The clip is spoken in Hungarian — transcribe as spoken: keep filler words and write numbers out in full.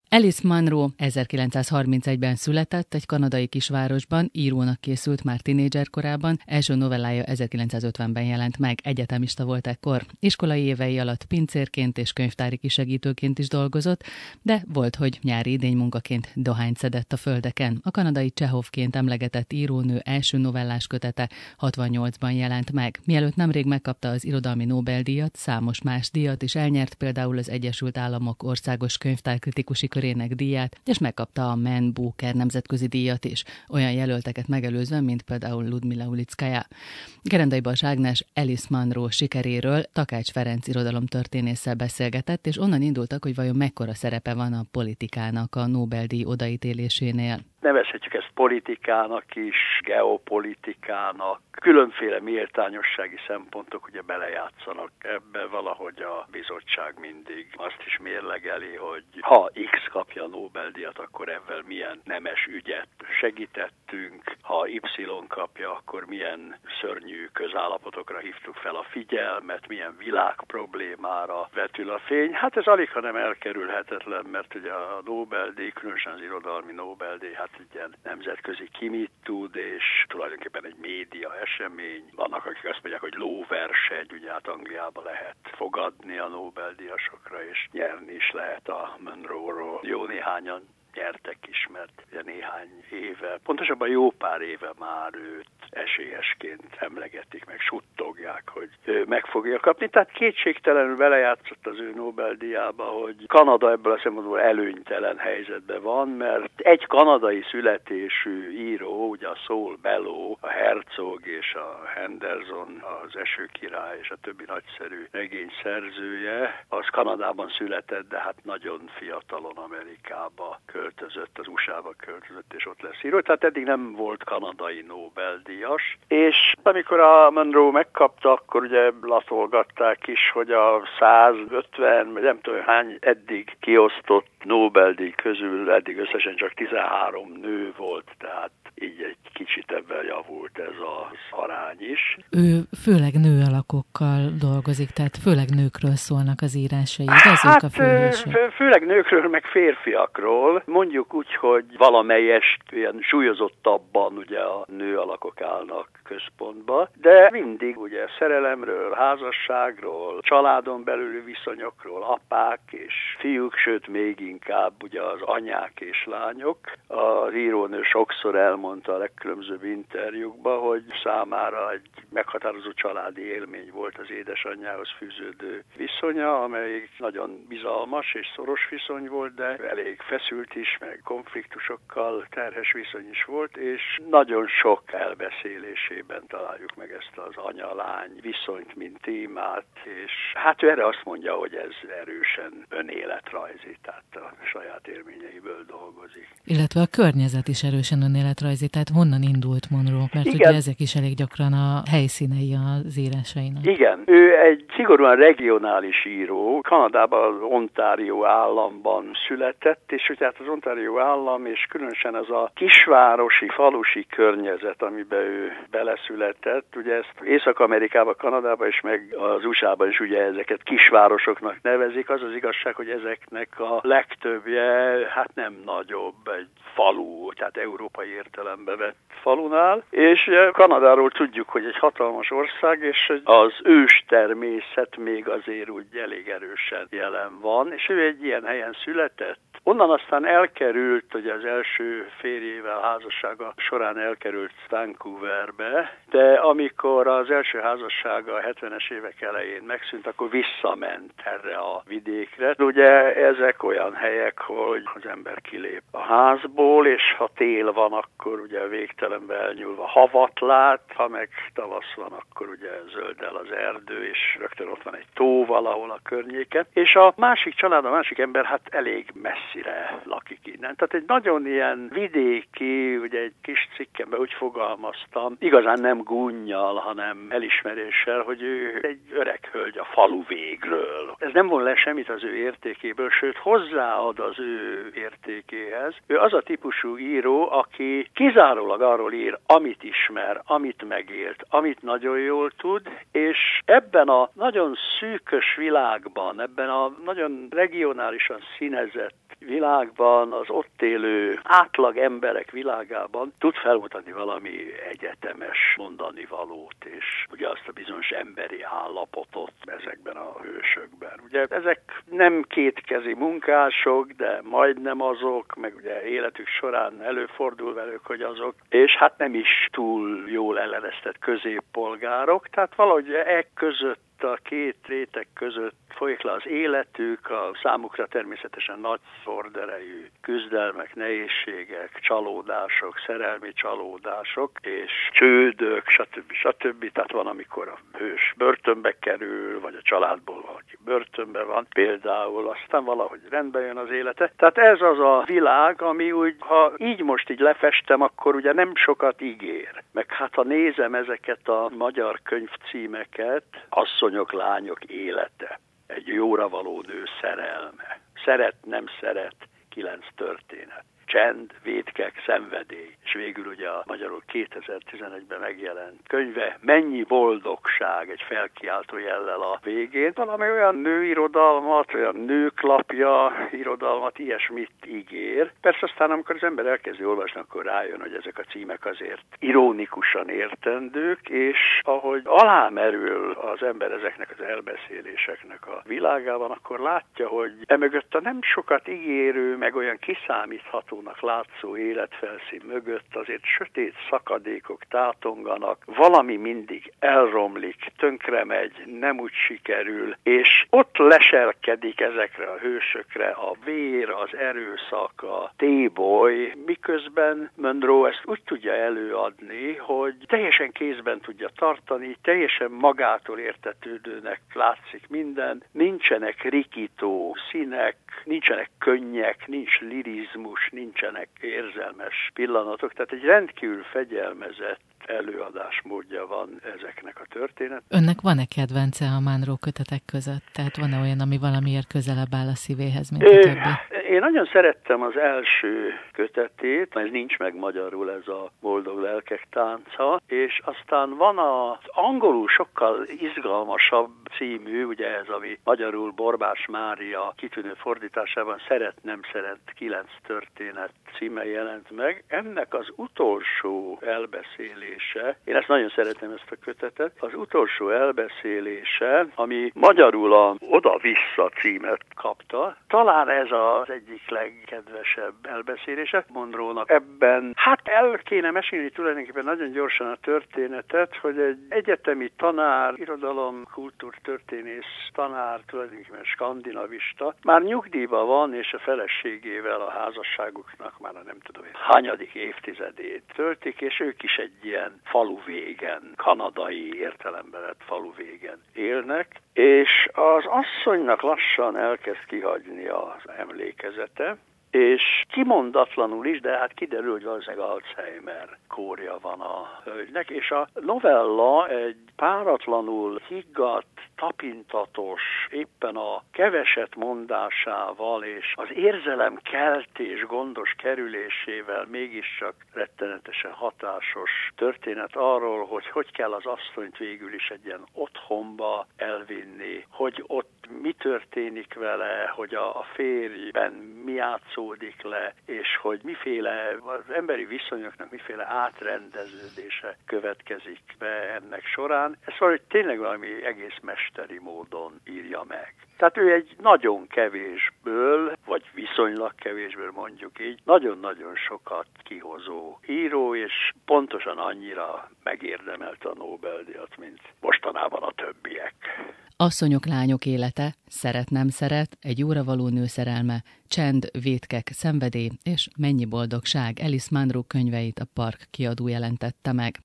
Alice Munro ezerkilencszázharmincegyben született egy kanadai kisvárosban, írónak készült már tinédzserkorában, első novellája ezerkilencszázötvenben jelent meg, egyetemista volt ekkor. Iskolai évei alatt pincérként és könyvtári kisegítőként is dolgozott, de volt, hogy nyári idénymunkaként dohányt szedett a földeken. A kanadai Csehovként emlegetett írónő első novellás kötete hatvannyolcban jelent meg. Mielőtt nemrég megkapta az irodalmi Nobel-díjat, számos más díjat is elnyert, például az Egyesült Államok országos könyvtárkritikusi körének díját, és megkapta a Man Booker nemzetközi díjat is, olyan jelölteket megelőzve, mint például Ludmila Ulickaja. Gerendai Bals Ágnes Alice Munro sikeréről Takács Ferenc irodalomtörténésszel beszélgetett, és onnan indultak, hogy vajon mekkora szerepe van a politikának a Nobel-díj odaítélésénél. Nevezhetjük ezt politikának is, geopolitikának, különféle méltányossági szempontok ugye belejátszanak ebbe, valahogy a bizottság mindig azt is mérlegeli, hogy ha X kapja a Nobel-díjat, akkor ebben milyen nemes ügyet segítettünk, ha Y kapja, akkor milyen szörnyű közállapotokra hívtuk fel a figyelmet, milyen világ problémára vetül a fény. Hát ez alig, hanem elkerülhetetlen, mert ugye a Nobel-díj, különösen az irodalmi Nobel-díj, hát egy ilyen nemzetközi ki mit tud, és tulajdonképpen egy média esemény. Vannak, akik azt mondják, hogy lóverseny, ugye hát Angliába lehet fogadni a Nobel-díjasokra, és nyerni is lehet a Munro-ról. Jó néhányan nyertek is, mert ugye néhány éve, pontosabban jó pár éve már őt esélyesként emlegetik, meg suttogják, hogy ő meg fogja kapni. Tehát kétségtelenül belejátszott az ő Nobel-díjába, hogy Kanada ebből a szempontból előnytelen helyzetben van, mert egy kanadai születésű író, ugye a Saul Bellow, a Herzog és a Henderson, az Eső király és a többi nagyszerű regény szerzője, az Kanadában született, de hát nagyon fiatalon Amerikába költözött, az u es á-ba költözött, és ott lesz író. Tehát eddig nem volt kanadai Nobel-díjas. És amikor a Munro megkapta, akkor ugye latolgatták is, hogy a százötven, vagy nem tudom hány eddig kiosztott Nobel-díj közül eddig összesen csak tizenhárom nő volt, tehát így egy kicsit ebben javult ez az arány is. Ő főleg nőalakokkal dolgozik, tehát főleg nőkről szólnak az írásai, igaz? Hát, a fő, főleg nőkről, meg férfiakról. Mondjuk úgy, hogy valamelyest ilyen súlyozottabban ugye a nőalakok állnak központba, de mindig ugye szerelemről, házasságról, családon belüli viszonyokról, apák és fiúk, sőt még inkább ugye az anyák és lányok. Az írónő sokszor elmondta a legkülönbözőbb interjúkban, hogy számára egy meghatározó családi élmény volt az édesanyjához fűződő viszonya, amelyik nagyon bizalmas és szoros viszony volt, de elég feszült is, meg konfliktusokkal terhes viszony is volt, és nagyon sok elbeszélésében találjuk meg ezt az anya-lány viszonyt, mint témát, és hát ő erre azt mondja, hogy ez erősen önéletrajzi, tehát a saját élményeiből dolgozik. Illetve a környezet is erősen önéletrajzi, tehát honnan indult Munro? Mert igen, ugye ezek is elég gyakran a helyszínei az írásainak. Igen, ő egy szigorúan regionális író, Kanadában az Ontario államban született, és ugye hát az Ontario állam, és különösen az a kisvárosi, falusi környezet, amiben ő beleszületett, ugye ezt Észak-Amerikában, Kanadában és meg az u es á-ban is ugye ezeket kisvárosoknak nevezik. Az az igazság, hogy ezeknek a legtöbbje hát nem nagyobb, egy falu, tehát európai értelembe vett falunál, és Kanadáról tudjuk, hogy egy hatalmas ország, és az őstermészet még azért úgy elég erősen jelen van, és ő egy ilyen helyen született. Onnan aztán elkerült, hogy az első férjével házassága során elkerült Vancouverbe, de amikor az első házassága a hetvenes évek elején megszűnt, akkor visszament erre a vidékre. Ugye ezek olyan helyek, hogy az ember kilép a házból, és ha tél van, akkor ugye végtelenbe elnyúlva havat lát, ha meg tavasz van, akkor ugye zöldel az erdő, és rögtön ott van egy tó valahol a környéken. És a másik család, a másik ember hát elég messzire lakik innen. Tehát egy nagyon ilyen vidéki, ugye egy kis cikkemben úgy fogalmaztam, igazán nem gúnnyal, hanem elismeréssel, hogy ő egy öreg hölgy a falu végről. Ez nem von le semmit az ő értékéből, sőt hozzáad az ő értékéhez. Ő az a típusú író, aki kizárólag arról ír, amit ismer, amit megélt, amit nagyon jól tud, és ebben a nagyon szűkös világban, ebben a nagyon regionálisan színezett világban, az ott élő átlag emberek világában tud felmutatni valami egyetemes mondani valót, és ugye azt a bizonyos emberi állapotot ezekben a hősökben. Ugye ezek nem kétkezi munkások, de majdnem azok, meg ugye életük során előfordul velük, hogy azok, és hát nem is túl jól elleneztett középpolgárok, tehát valahogy e között, a két réteg között folyik le az életük, a számukra természetesen nagy horderejű küzdelmek, nehézségek, csalódások, szerelmi csalódások, és csődök, stb. stb. Tehát van, amikor a hős börtönbe kerül, vagy a családból valaki börtönbe van, például, aztán valahogy rendbe jön az élete. Tehát ez az a világ, ami úgy, ha így most így lefestem, akkor ugye nem sokat ígér. Meg hát ha nézem ezeket a magyar könyvcímeket, asszonyok, lányok élete, egy jóra való nő szerelme, szeret, nem szeret, kilenc történet, csend, vétkek, szenvedély, és végül ugye a magyarul kétezer-tizenegyben megjelent könyve, Mennyi boldogság, egy felkiáltó jellel a végén, valami olyan nőirodalmat, olyan nőklapja irodalmat, ilyesmit ígér. Persze aztán, amikor az ember elkezdi olvasni, akkor rájön, hogy ezek a címek azért ironikusan értendők, és ahogy alámerül az ember ezeknek az elbeszéléseknek a világában, akkor látja, hogy emögött a nem sokat ígérő, meg olyan kiszámítható látszó életfelszín mögött azért sötét szakadékok tátonganak, valami mindig elromlik, tönkremegy, nem úgy sikerül, és ott leselkedik ezekre a hősökre a vér, az erőszak, a téboly, miközben Monroe ezt úgy tudja előadni, hogy teljesen kézben tudja tartani, teljesen magától értetődőnek látszik minden, nincsenek rikító színek, nincsenek könnyek, nincs lirizmus, nincsenek érzelmes pillanatok, tehát egy rendkívül fegyelmezett előadásmódja van ezeknek a történet. Önnek van-e kedvence a Monroe kötetek között? Tehát van-e olyan, ami valamiért közelebb áll a szívéhez, mint a többi? Én nagyon szerettem az első kötetét, mert nincs meg magyarul ez a Boldog lelkek tánca, és aztán van az angolul sokkal izgalmasabb című, ugye ez, ami magyarul Borbás Mária kitűnő fordításában Szeret, nem szeret, kilenc történet címe jelent meg. Ennek az utolsó elbeszélése, én ezt nagyon szeretem, ezt a kötetet, az utolsó elbeszélése, ami magyarul a Oda-vissza címet kapta, talán ez az egyik legkedvesebb elbeszélése Monroe-nak. Ebben hát el kéne mesélni tulajdonképpen nagyon gyorsan a történetet, hogy egy egyetemi tanár, irodalom, kultúrtörténész tanár, tulajdonképpen skandinavista, már nyugdíjban van, és a feleségével a házasságuknak már a nem tudom, hányadik évtizedét töltik, és ők is egy ilyen falu végen, kanadai értelemben lett falu végen élnek, és az asszonynak lassan elkezd kihagyni az emlékezete, és kimondatlanul is, de hát kiderül, hogy valószínűleg Alzheimer kórja van a hölgynek, és a novella egy páratlanul higgadt, tapintatos, éppen a keveset mondásával és az érzelemkeltés gondos kerülésével mégiscsak rettenetesen hatásos történet arról, hogy hogy kell az asszonyt végül is egy ilyen otthonba elvinni, hogy ott mi történik vele, hogy a, a férjben mi játszódik le, és hogy miféle az emberi viszonyoknak miféle átrendeződése következik be ennek során. Ez valahogy tényleg valami egész mesteri módon írja meg. Tehát ő egy nagyon kevésből, vagy viszonylag kevésből mondjuk így, nagyon-nagyon sokat kihozó író, és pontosan annyira megérdemelte a Nobel-díjat, mint mostanában a többiek. Asszonyok, lányok élete, szeret, nem szeret, egy jóra való nő szerelme, csend, vétkek, szenvedély és mennyi boldogság. Alice Munro könyveit a Park kiadó jelentette meg.